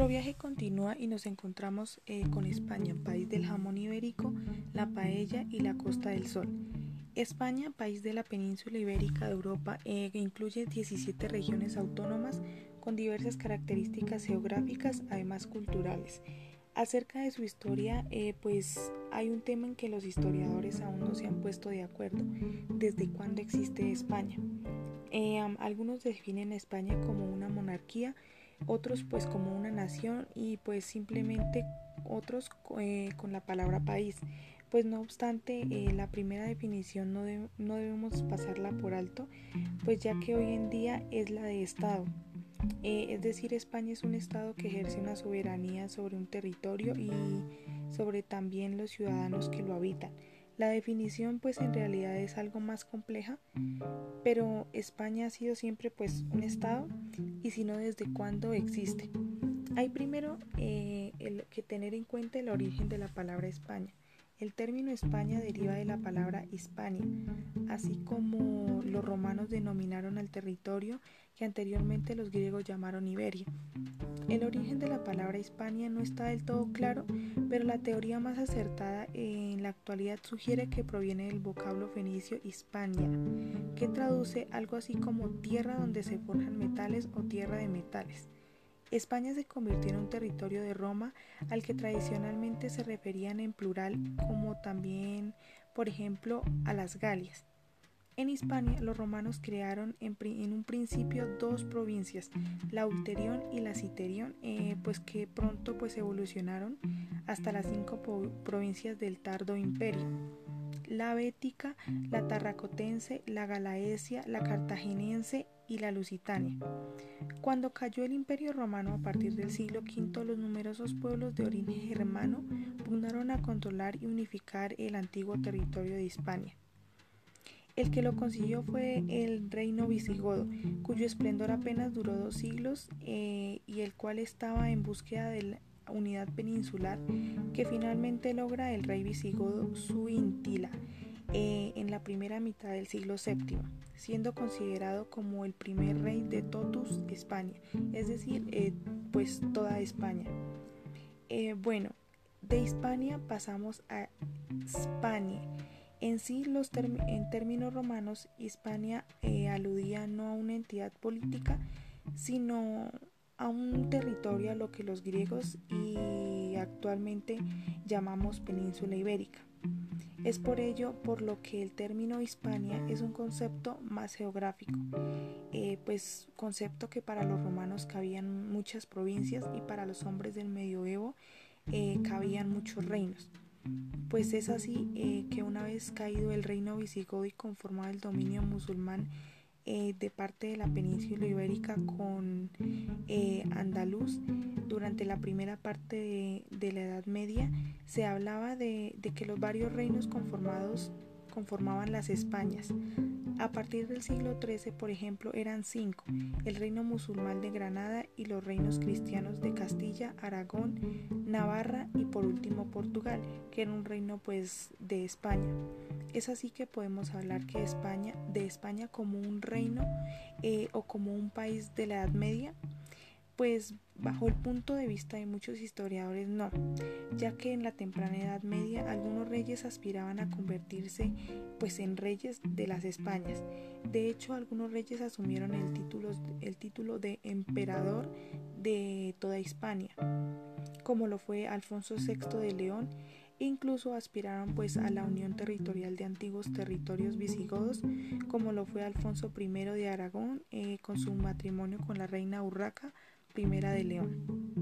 Nuestro viaje continúa y nos encontramos con España, país del jamón ibérico, la paella y la Costa del Sol. España, país de la península ibérica de Europa, incluye 17 regiones autónomas con diversas características geográficas, además culturales. Acerca de su historia, pues hay un tema en que los historiadores aún no se han puesto de acuerdo: ¿desde cuándo existe España? Algunos definen a España como una monarquía, otros pues como una nación y pues simplemente otros con la palabra país. Pues no obstante, la primera definición no debemos pasarla por alto, pues ya que hoy en día es la de Estado. Es decir, España es un Estado que ejerce una soberanía sobre un territorio y sobre también los ciudadanos que lo habitan. La definición pues en realidad es algo más compleja, pero España ha sido siempre pues un Estado, y si no, ¿desde cuándo existe? Hay primero que tener en cuenta el origen de la palabra España. El término España deriva de la palabra Hispania, así como los romanos denominaron al territorio que anteriormente los griegos llamaron Iberia. El origen de la palabra Hispania no está del todo claro, pero la teoría más acertada en la actualidad sugiere que proviene del vocablo fenicio Hispania, que traduce algo así como tierra donde se forjan metales o tierra de metales. España se convirtió en un territorio de Roma al que tradicionalmente se referían en plural, como también, por ejemplo, a las Galias. En Hispania, los romanos crearon en un principio dos provincias, la Ulterión y la Citerión, pues que pronto pues evolucionaron hasta las 5 provincias del Tardo Imperio: la Bética, la Tarraconense, la Galaecia, la Cartaginense y la Lusitania. Cuando cayó el Imperio Romano a partir del siglo V, los numerosos pueblos de origen germano pugnaron a controlar y unificar el antiguo territorio de Hispania. El que lo consiguió fue el reino visigodo, cuyo esplendor apenas duró 2 siglos, y el cual estaba en búsqueda de la unidad peninsular que finalmente logra el rey visigodo Suintila en la primera mitad del siglo VII, siendo considerado como el primer rey de Totus España, es decir, pues toda España. Bueno, de Hispania pasamos a Spania. En sí, en términos romanos, Hispania aludía no a una entidad política, sino a un territorio a lo que los griegos y actualmente llamamos península ibérica. Es por ello por lo que el término Hispania es un concepto más geográfico, pues concepto que para los romanos cabían muchas provincias y para los hombres del medioevo cabían muchos reinos. Pues es así que una vez caído el reino visigodo y conformado el dominio musulmán de parte de la península ibérica con andaluz, durante la primera parte de la Edad Media se hablaba de que los varios reinos conformaban las Españas. A partir del siglo XIII, por ejemplo, eran 5: el reino musulmán de Granada y los reinos cristianos de Castilla, Aragón, Navarra y por último Portugal, que era un reino pues de España. Es así que podemos hablar que de España como un reino o como un país de la Edad Media. Pues bajo el punto de vista de muchos historiadores no, ya que en la temprana Edad Media algunos reyes aspiraban a convertirse pues en reyes de las Españas. De hecho, algunos reyes asumieron el título de emperador de toda Hispania, como lo fue Alfonso VI de León, e incluso aspiraron pues a la unión territorial de antiguos territorios visigodos, como lo fue Alfonso I de Aragón con su matrimonio con la reina Urraca I de León.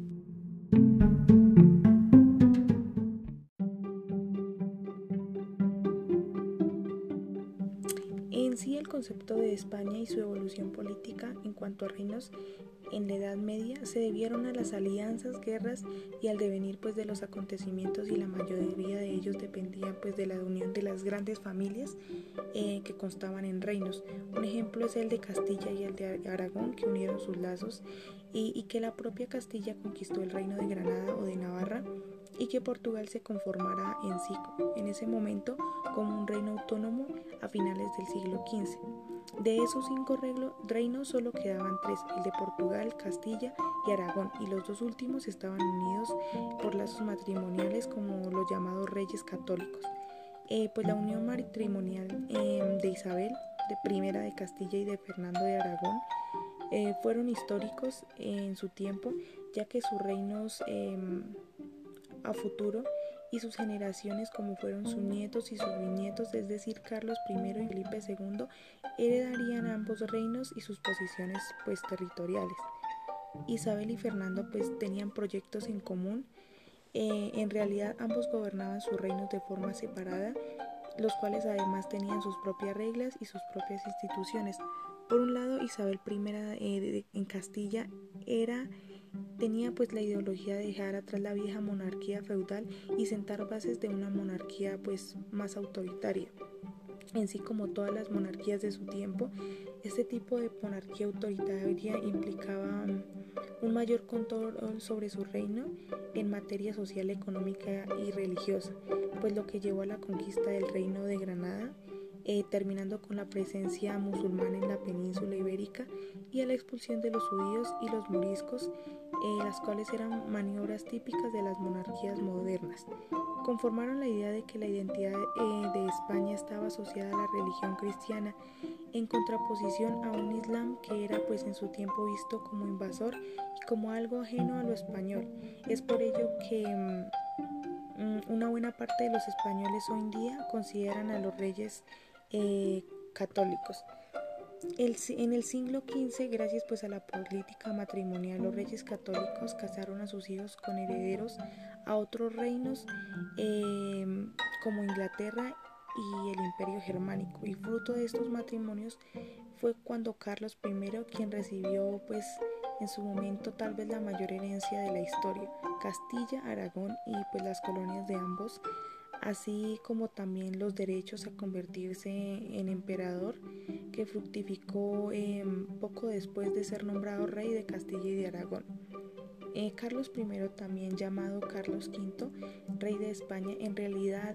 En sí, el concepto de España y su evolución política en cuanto a reinos en la Edad Media se debieron a las alianzas, guerras y al devenir pues de los acontecimientos, y la mayoría de ellos dependían pues de la unión de las grandes familias que constaban en reinos. Un ejemplo es el de Castilla y el de Aragón, que unieron sus lazos, y que la propia Castilla conquistó el reino de Granada o de Navarra, y que Portugal se conformara en ese momento como un reino autónomo a finales del siglo XV. De esos 5 reinos solo quedaban 3, el de Portugal, Castilla y Aragón, y los 2 últimos estaban unidos por lazos matrimoniales como los llamados reyes católicos. Pues la unión matrimonial de Isabel, de primera de Castilla y de Fernando de Aragón, fueron históricos en su tiempo, ya que sus reinos a futuro y sus generaciones, como fueron sus nietos y sus bisnietos, es decir, Carlos I y Felipe II, heredarían ambos reinos y sus posiciones pues territoriales. Isabel y Fernando pues tenían proyectos en común. En realidad ambos gobernaban sus reinos de forma separada, los cuales además tenían sus propias reglas y sus propias instituciones. Por un lado, Isabel I en Castilla tenía pues la ideología de dejar atrás la vieja monarquía feudal y sentar bases de una monarquía pues más autoritaria. En sí, como todas las monarquías de su tiempo, este tipo de monarquía autoritaria implicaba un mayor control sobre su reino en materia social, económica y religiosa, pues lo que llevó a la conquista del reino de Granada, terminando con la presencia musulmana en la península ibérica y a la expulsión de los judíos y los moriscos, las cuales eran maniobras típicas de las monarquías modernas. Conformaron la idea de que la identidad de España estaba asociada a la religión cristiana, en contraposición a un islam que era pues en su tiempo visto como invasor y como algo ajeno a lo español. Es por ello que una buena parte de los españoles hoy en día consideran a los reyes católicos. En el siglo XV, gracias pues a la política matrimonial, los reyes católicos casaron a sus hijos con herederos a otros reinos como Inglaterra y el Imperio Germánico, y fruto de estos matrimonios fue cuando Carlos I, quien recibió pues en su momento tal vez la mayor herencia de la historia, Castilla, Aragón y pues las colonias de ambos, así como también los derechos a convertirse en emperador, que fructificó poco después de ser nombrado rey de Castilla y de Aragón. Carlos I, también llamado Carlos V, rey de España, en realidad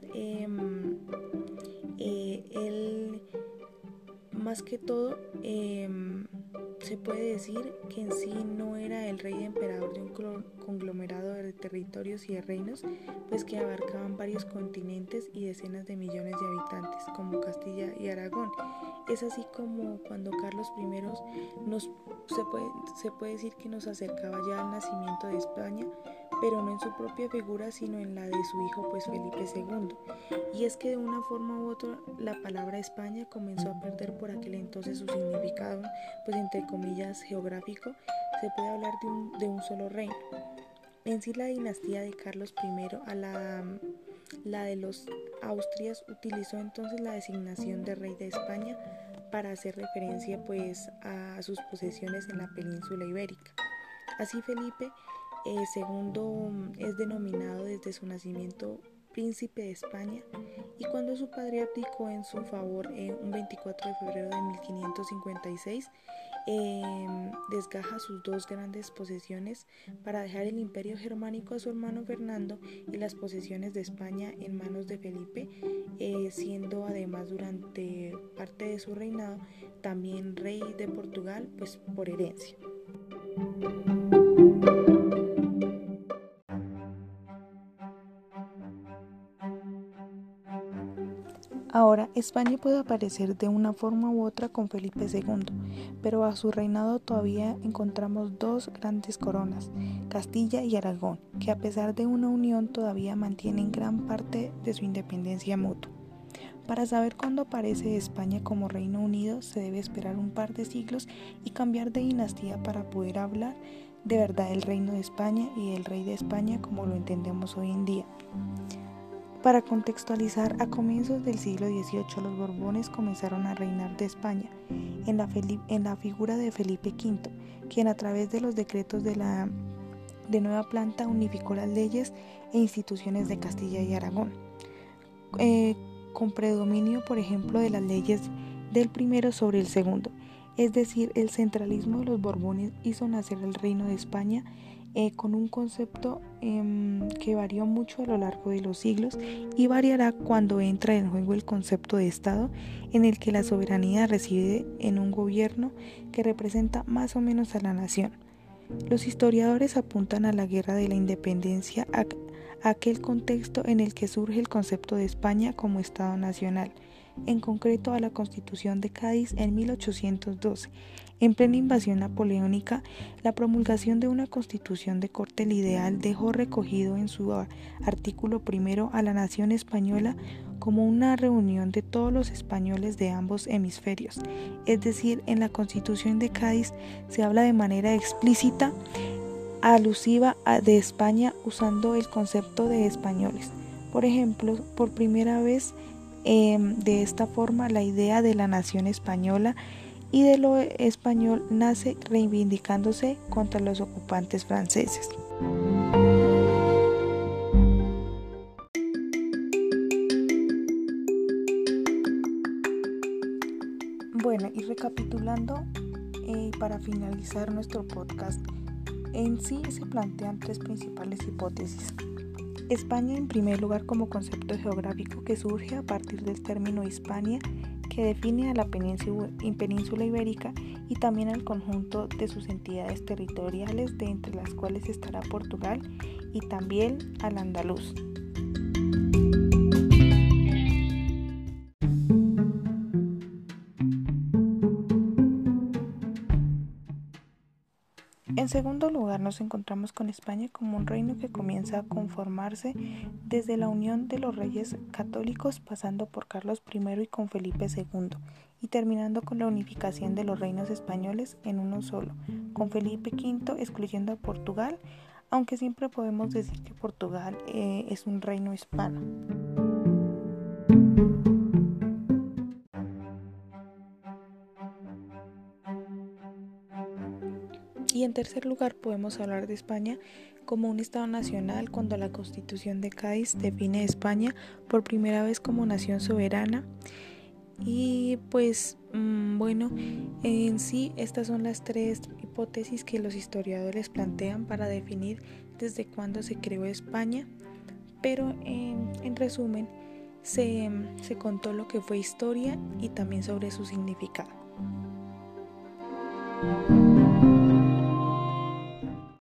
él más que todo se puede decir que en sí no era el rey emperador de un conglomerado de territorios y de reinos, pues que abarcaban varios continentes y decenas de millones de habitantes, como Castilla y Aragón. Es así como cuando Carlos I se puede decir que nos acercaba ya al nacimiento de España, pero no en su propia figura, sino en la de su hijo pues Felipe II. Y es que de una forma u otra la palabra España comenzó a perder por aquel entonces su significado, pues entre comillas geográfico. Se puede hablar de un solo reino. En sí, la dinastía de Carlos I a la de los Austrias utilizó entonces la designación de rey de España para hacer referencia pues a sus posesiones en la península ibérica. Así Felipe II es denominado desde su nacimiento príncipe de España, y cuando su padre abdicó en su favor un 24 de febrero de 1556, desgaja sus 2 grandes posesiones para dejar el imperio germánico a su hermano Fernando y las posesiones de España en manos de Felipe, siendo además durante parte de su reinado también rey de Portugal pues por herencia. Ahora, España puede aparecer de una forma u otra con Felipe II, pero a su reinado todavía encontramos 2 grandes coronas, Castilla y Aragón, que a pesar de una unión todavía mantienen gran parte de su independencia mutua. Para saber cuándo aparece España como Reino Unido se debe esperar un par de siglos y cambiar de dinastía para poder hablar de verdad del Reino de España y del Rey de España como lo entendemos hoy en día. Para contextualizar, a comienzos del siglo XVIII los Borbones comenzaron a reinar de España en la figura de Felipe V, quien a través de los decretos de nueva planta unificó las leyes e instituciones de Castilla y Aragón, con predominio, por ejemplo, de las leyes del primero sobre el segundo. Es decir, el centralismo de los Borbones hizo nacer el Reino de España con un concepto que varió mucho a lo largo de los siglos y variará cuando entra en juego el concepto de Estado, en el que la soberanía reside en un gobierno que representa más o menos a la nación. Los historiadores apuntan a la Guerra de la Independencia, a aquel contexto en el que surge el concepto de España como Estado nacional, en concreto a la Constitución de Cádiz en 1812. En plena invasión napoleónica, la promulgación de una constitución de corte ideal dejó recogido en su artículo primero a la nación española como una reunión de todos los españoles de ambos hemisferios. Es decir, en la Constitución de Cádiz se habla de manera explícita alusiva de España usando el concepto de españoles. Por ejemplo, por primera vez de esta forma la idea de la nación española y de lo español nace reivindicándose contra los ocupantes franceses. Bueno, y recapitulando, para finalizar nuestro podcast, en sí se plantean tres principales hipótesis. España en primer lugar como concepto geográfico que surge a partir del término Hispania, que define a la península ibérica y también al conjunto de sus entidades territoriales, de entre las cuales estará Portugal y también al andaluz. En segundo lugar, nos encontramos con España como un reino que comienza a conformarse desde la unión de los reyes católicos, pasando por Carlos I y con Felipe II, y terminando con la unificación de los reinos españoles en uno solo, con Felipe V excluyendo a Portugal, aunque siempre podemos decir que Portugal es un reino hispano. Y en tercer lugar podemos hablar de España como un Estado nacional cuando la Constitución de Cádiz define a España por primera vez como nación soberana. Y pues bueno, en sí estas son las tres hipótesis que los historiadores plantean para definir desde cuándo se creó España, pero en resumen se contó lo que fue historia y también sobre su significado.